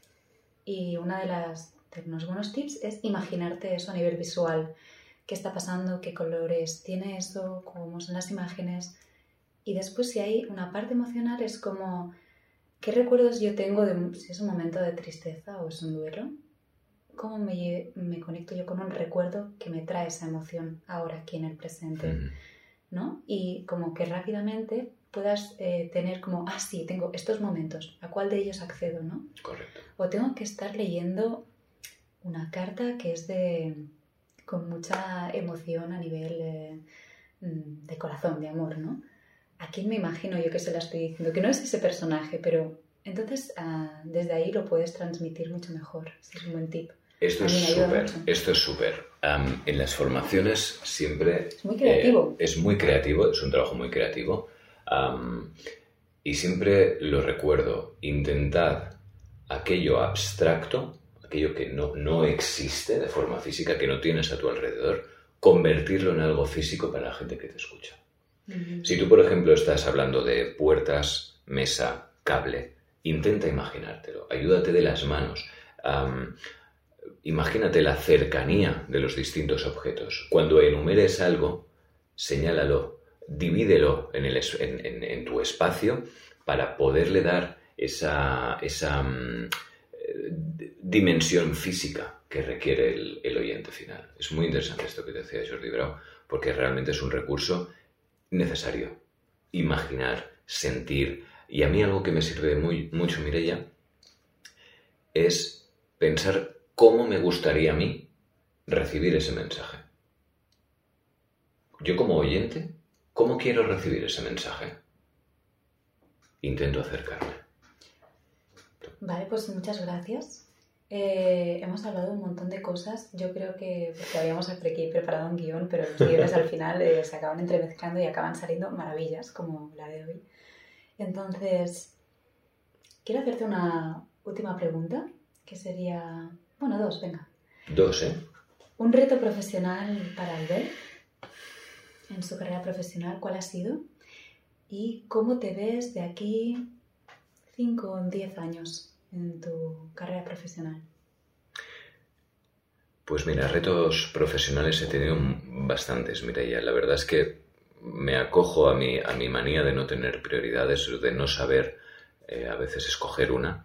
Y uno de unos buenos tips es imaginarte eso a nivel visual. ¿Qué está pasando? ¿Qué colores tiene eso? ¿Cómo son las imágenes? Y después, si hay una parte emocional, es como, ¿qué recuerdos yo tengo de si es un momento de tristeza o es un duelo? ¿Cómo me conecto yo con un recuerdo que me trae esa emoción ahora, aquí en el presente? ¿No? Y como que rápidamente puedas tener como, sí, tengo estos momentos, ¿a cuál de ellos accedo, no? Correcto. O tengo que estar leyendo una carta que es con mucha emoción a nivel de corazón, de amor, ¿no? ¿A quién me imagino yo que se la estoy diciendo? Que no es ese personaje, pero entonces desde ahí lo puedes transmitir mucho mejor. Ese es un buen tip. Esto es súper. En las formaciones siempre... Es muy creativo. Es muy creativo, es un trabajo muy creativo. Y siempre lo recuerdo, intentad aquello abstracto, aquello que no existe de forma física, que no tienes a tu alrededor, convertirlo en algo físico para la gente que te escucha. Si tú, por ejemplo, estás hablando de puertas, mesa, cable, intenta imaginártelo, ayúdate de las manos. Imagínate la cercanía de los distintos objetos. Cuando enumeres algo, señálalo, divídelo en tu espacio para poderle dar esa dimensión física que requiere el oyente final. Es muy interesante esto que te decía Jordi Brau, porque realmente es un recurso necesario. Imaginar, sentir. Y a mí algo que me sirve mucho, Mireia, es pensar cómo me gustaría a mí recibir ese mensaje. Yo como oyente, ¿cómo quiero recibir ese mensaje? Intento acercarme. Vale, pues muchas gracias. Hemos hablado un montón de cosas. Yo creo que porque habíamos aquí preparado un guión, pero los guiones al final se acaban entremezclando y acaban saliendo maravillas, como la de hoy. Entonces, quiero hacerte una última pregunta, que sería... Bueno, 2, venga. 2, ¿eh? Un reto profesional para Albert en su carrera profesional, ¿cuál ha sido? ¿Y cómo te ves de aquí 5 o 10 años en tu carrera profesional? Pues mira, retos profesionales he tenido bastantes, Mireia. La verdad es que me acojo a mi manía de no tener prioridades, de no saber a veces escoger una.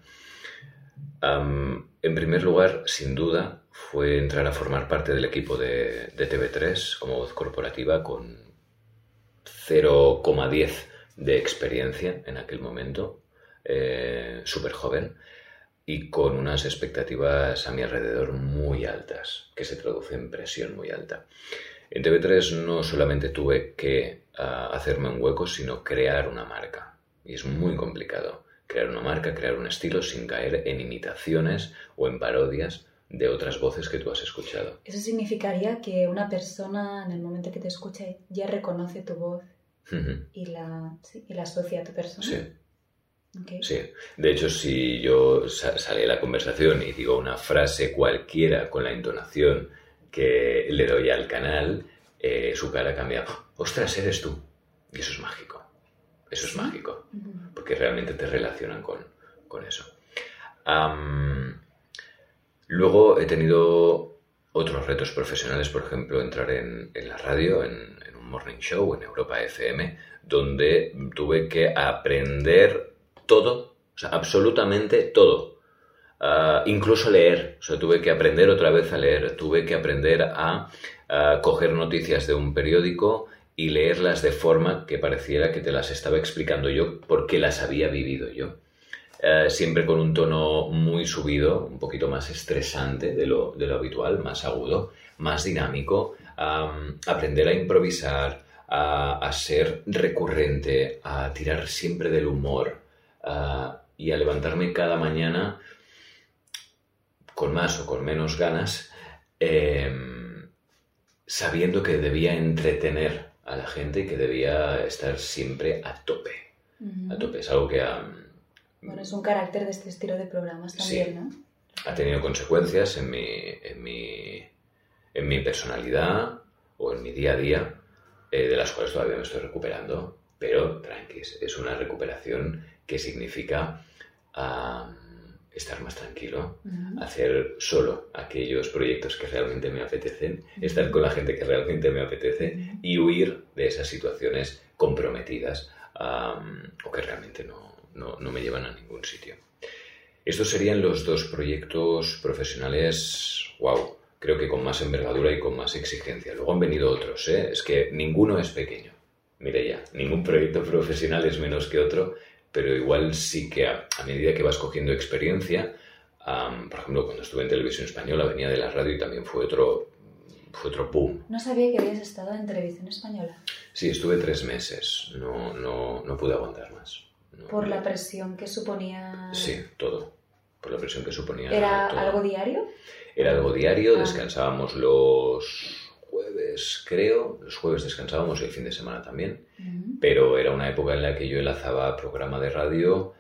En primer lugar, sin duda, fue entrar a formar parte del equipo de TV3 como voz corporativa con 0,10 de experiencia en aquel momento, súper joven, y con unas expectativas a mi alrededor muy altas, que se traducen en presión muy alta. En TV3 no solamente tuve que hacerme un hueco, sino crear una marca, y es muy complicado. Crear una marca, crear un estilo sin caer en imitaciones o en parodias de otras voces que tú has escuchado. ¿Eso significaría que una persona en el momento que te escucha ya reconoce tu voz y la asocia a tu persona? Sí. Okay. Sí. De hecho, si yo sale de la conversación y digo una frase cualquiera con la entonación que le doy al canal, su cara cambia. ¡Ostras, eres tú! Y eso es mágico. Eso es mágico, porque realmente te relacionan con eso. Luego he tenido otros retos profesionales, por ejemplo, entrar en la radio, en un morning show, en Europa FM, donde tuve que aprender todo O sea, absolutamente todo. Incluso leer. O sea, tuve que aprender otra vez a leer. Tuve que aprender a coger noticias de un periódico y leerlas de forma que pareciera que te las estaba explicando yo porque las había vivido yo. Siempre con un tono muy subido, un poquito más estresante de lo habitual, más agudo, más dinámico. Aprender a improvisar, a ser recurrente, a tirar siempre del humor y a levantarme cada mañana con más o con menos ganas, sabiendo que debía entretener a la gente y que debía estar siempre a tope. A tope. Es algo que bueno, es un carácter de este estilo de programas también, sí, ¿no? Ha tenido consecuencias en mi personalidad o en mi día a día, de las cuales todavía me estoy recuperando, pero tranquis, es una recuperación que significa estar más tranquilo, hacer solo aquellos proyectos que realmente me apetecen, estar con la gente que realmente me apetece y huir de esas situaciones comprometidas o que realmente no me llevan a ningún sitio. Estos serían los dos proyectos profesionales, wow, creo que con más envergadura y con más exigencia. Luego han venido otros, ¿eh? Es que ninguno es pequeño. Mireia, ningún proyecto profesional es menos que otro, pero igual sí que a medida que vas cogiendo experiencia, por ejemplo, cuando estuve en Televisión Española venía de la radio y también fue otro boom. No sabía que habías estado en Televisión Española. Sí, estuve 3 meses, no pude aguantar más. ¿Por la presión que suponía? Sí, todo. Por la presión que suponía. ¿Era todo. algo diario? Era algo diario, descansábamos los jueves, creo. Los jueves descansábamos y el fin de semana también. Pero era una época en la que yo enlazaba programa de radio,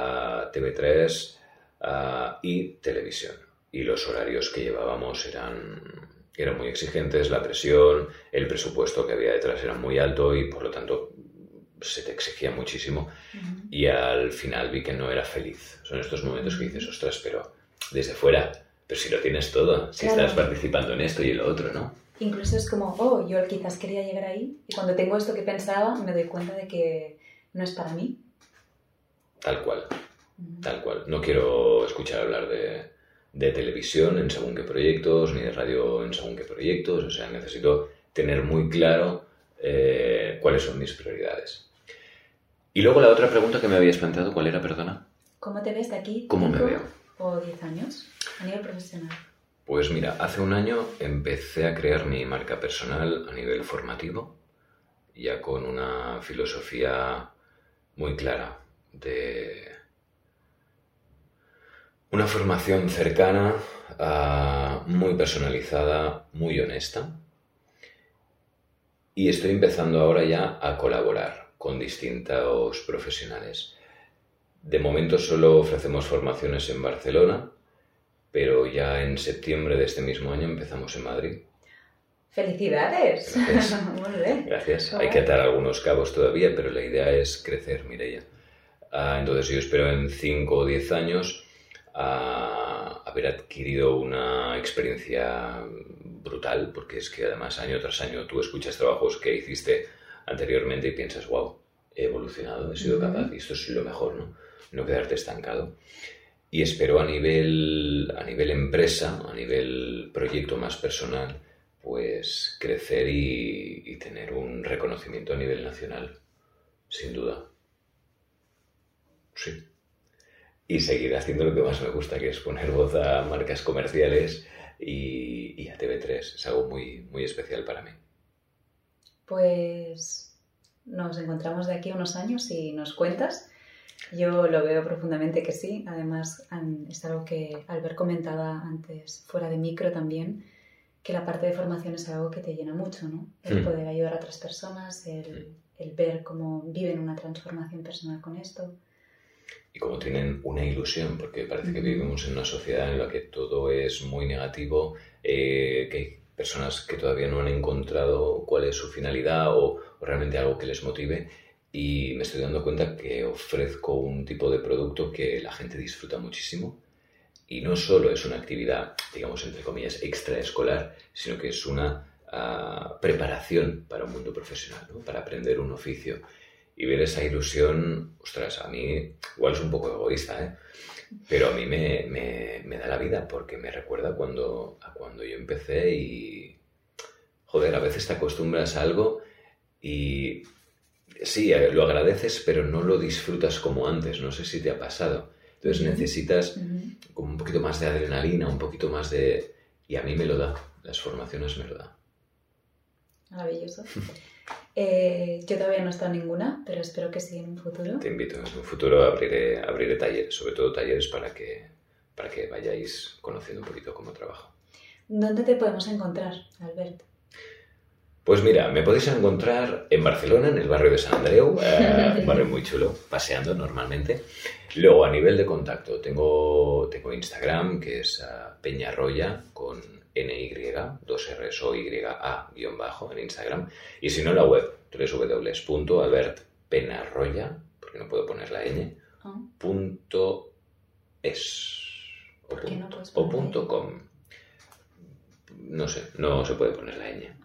TV3 y televisión. Y los horarios que llevábamos eran muy exigentes, la presión, el presupuesto que había detrás era muy alto y por lo tanto se te exigía muchísimo y al final vi que no era feliz. Son estos momentos que dices, ostras, pero desde fuera, pero si lo tienes todo, si claro, estás participando en esto y en lo otro, ¿no? Incluso es como, yo quizás quería llegar ahí y cuando tengo esto que pensaba me doy cuenta de que no es para mí. Tal cual, tal cual. No quiero escuchar hablar de televisión en según qué proyectos, ni de radio en según qué proyectos, o sea, necesito tener muy claro cuáles son mis prioridades. Y luego la otra pregunta que me habías planteado, ¿cuál era, perdona? ¿Cómo te ves de aquí? ¿Cómo me veo? ¿O 10 años a nivel profesional? Pues mira, hace un año empecé a crear mi marca personal a nivel formativo, ya con una filosofía muy clara de una formación cercana, muy personalizada, muy honesta. Y estoy empezando ahora ya a colaborar con distintos profesionales. De momento solo ofrecemos formaciones en Barcelona, pero ya en septiembre de este mismo año empezamos en Madrid. ¡Felicidades! Gracias. Muy bien. Gracias. Hay que atar algunos cabos todavía, pero la idea es crecer, Mireia. Entonces yo espero en 5 o 10 años haber adquirido una experiencia brutal, porque es que además año tras año tú escuchas trabajos que hiciste anteriormente y piensas, wow, he evolucionado, he sido capaz y esto es lo mejor, ¿no? No quedarte estancado. Y espero a nivel empresa, a nivel proyecto más personal, pues crecer y tener un reconocimiento a nivel nacional, sin duda. Sí. Y seguir haciendo lo que más me gusta, que es poner voz a marcas comerciales y a TV3. Es algo muy, muy especial para mí. Pues nos encontramos de aquí a unos años y nos cuentas. Yo lo veo profundamente que sí. Además, es algo que Albert comentaba antes, fuera de micro también, que la parte de formación es algo que te llena mucho, ¿no? El poder ayudar a otras personas, el ver cómo viven una transformación personal con esto. Y como tienen una ilusión, porque parece que vivimos en una sociedad en la que todo es muy negativo, que hay personas que todavía no han encontrado cuál es su finalidad o realmente algo que les motive. Y me estoy dando cuenta que ofrezco un tipo de producto que la gente disfruta muchísimo. Y no solo es una actividad, digamos, entre comillas, extraescolar, sino que es una preparación para un mundo profesional, ¿no? Para aprender un oficio. y ver esa ilusión, ostras, a mí igual es un poco egoísta, ¿eh? Pero a mí me da la vida porque me recuerda a cuando yo empecé y, joder, a veces te acostumbras a algo y sí, lo agradeces, pero no lo disfrutas como antes. No sé si te ha pasado. Entonces necesitas como un poquito más de adrenalina, un poquito más de... Y a mí me lo da. Las formaciones me lo dan. Maravilloso. Yo todavía no he estado en ninguna, pero espero que sí en un futuro. Te invito. En un futuro abriré talleres, sobre todo talleres para que vayáis conociendo un poquito cómo trabajo. ¿Dónde te podemos encontrar, Albert? Pues mira, me podéis encontrar en Barcelona, en el barrio de Sant Andreu, un barrio muy chulo, paseando normalmente. Luego, a nivel de contacto, tengo Instagram, que es Peñarroya, con NY, 2 R's o YA _ en Instagram. Y si no, la web, www.albertpenarroya, porque no puedo poner la ñ, .es o .com. No sé, no se puede poner la ñ.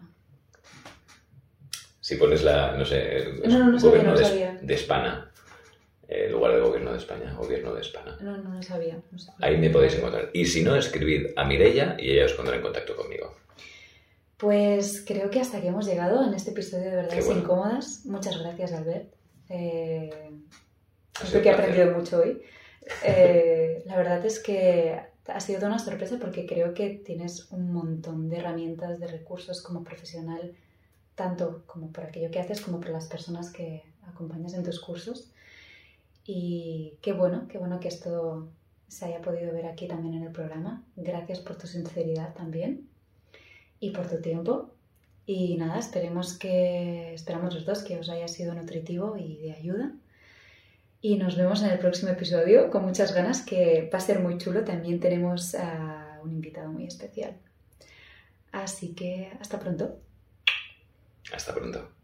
Si pones no gobierno sabía. de España, en lugar de gobierno de España, gobierno de España. No sabía. Ahí me podéis encontrar. Y si no, escribid a Mireia y ella os pondrá en contacto conmigo. Pues creo que hasta aquí hemos llegado en este episodio de Verdades Incómodas. Muchas gracias, Albert. Creo que he aprendido mucho hoy. La verdad es que ha sido toda una sorpresa porque creo que tienes un montón de herramientas, de recursos como profesional, tanto como por aquello que haces como por las personas que acompañas en tus cursos. Y qué bueno que esto se haya podido ver aquí también en el programa. Gracias por tu sinceridad también y por tu tiempo. Y nada, esperamos los dos que os haya sido nutritivo y de ayuda. Y nos vemos en el próximo episodio con muchas ganas, que va a ser muy chulo. También tenemos a un invitado muy especial. Así que hasta pronto. Hasta pronto.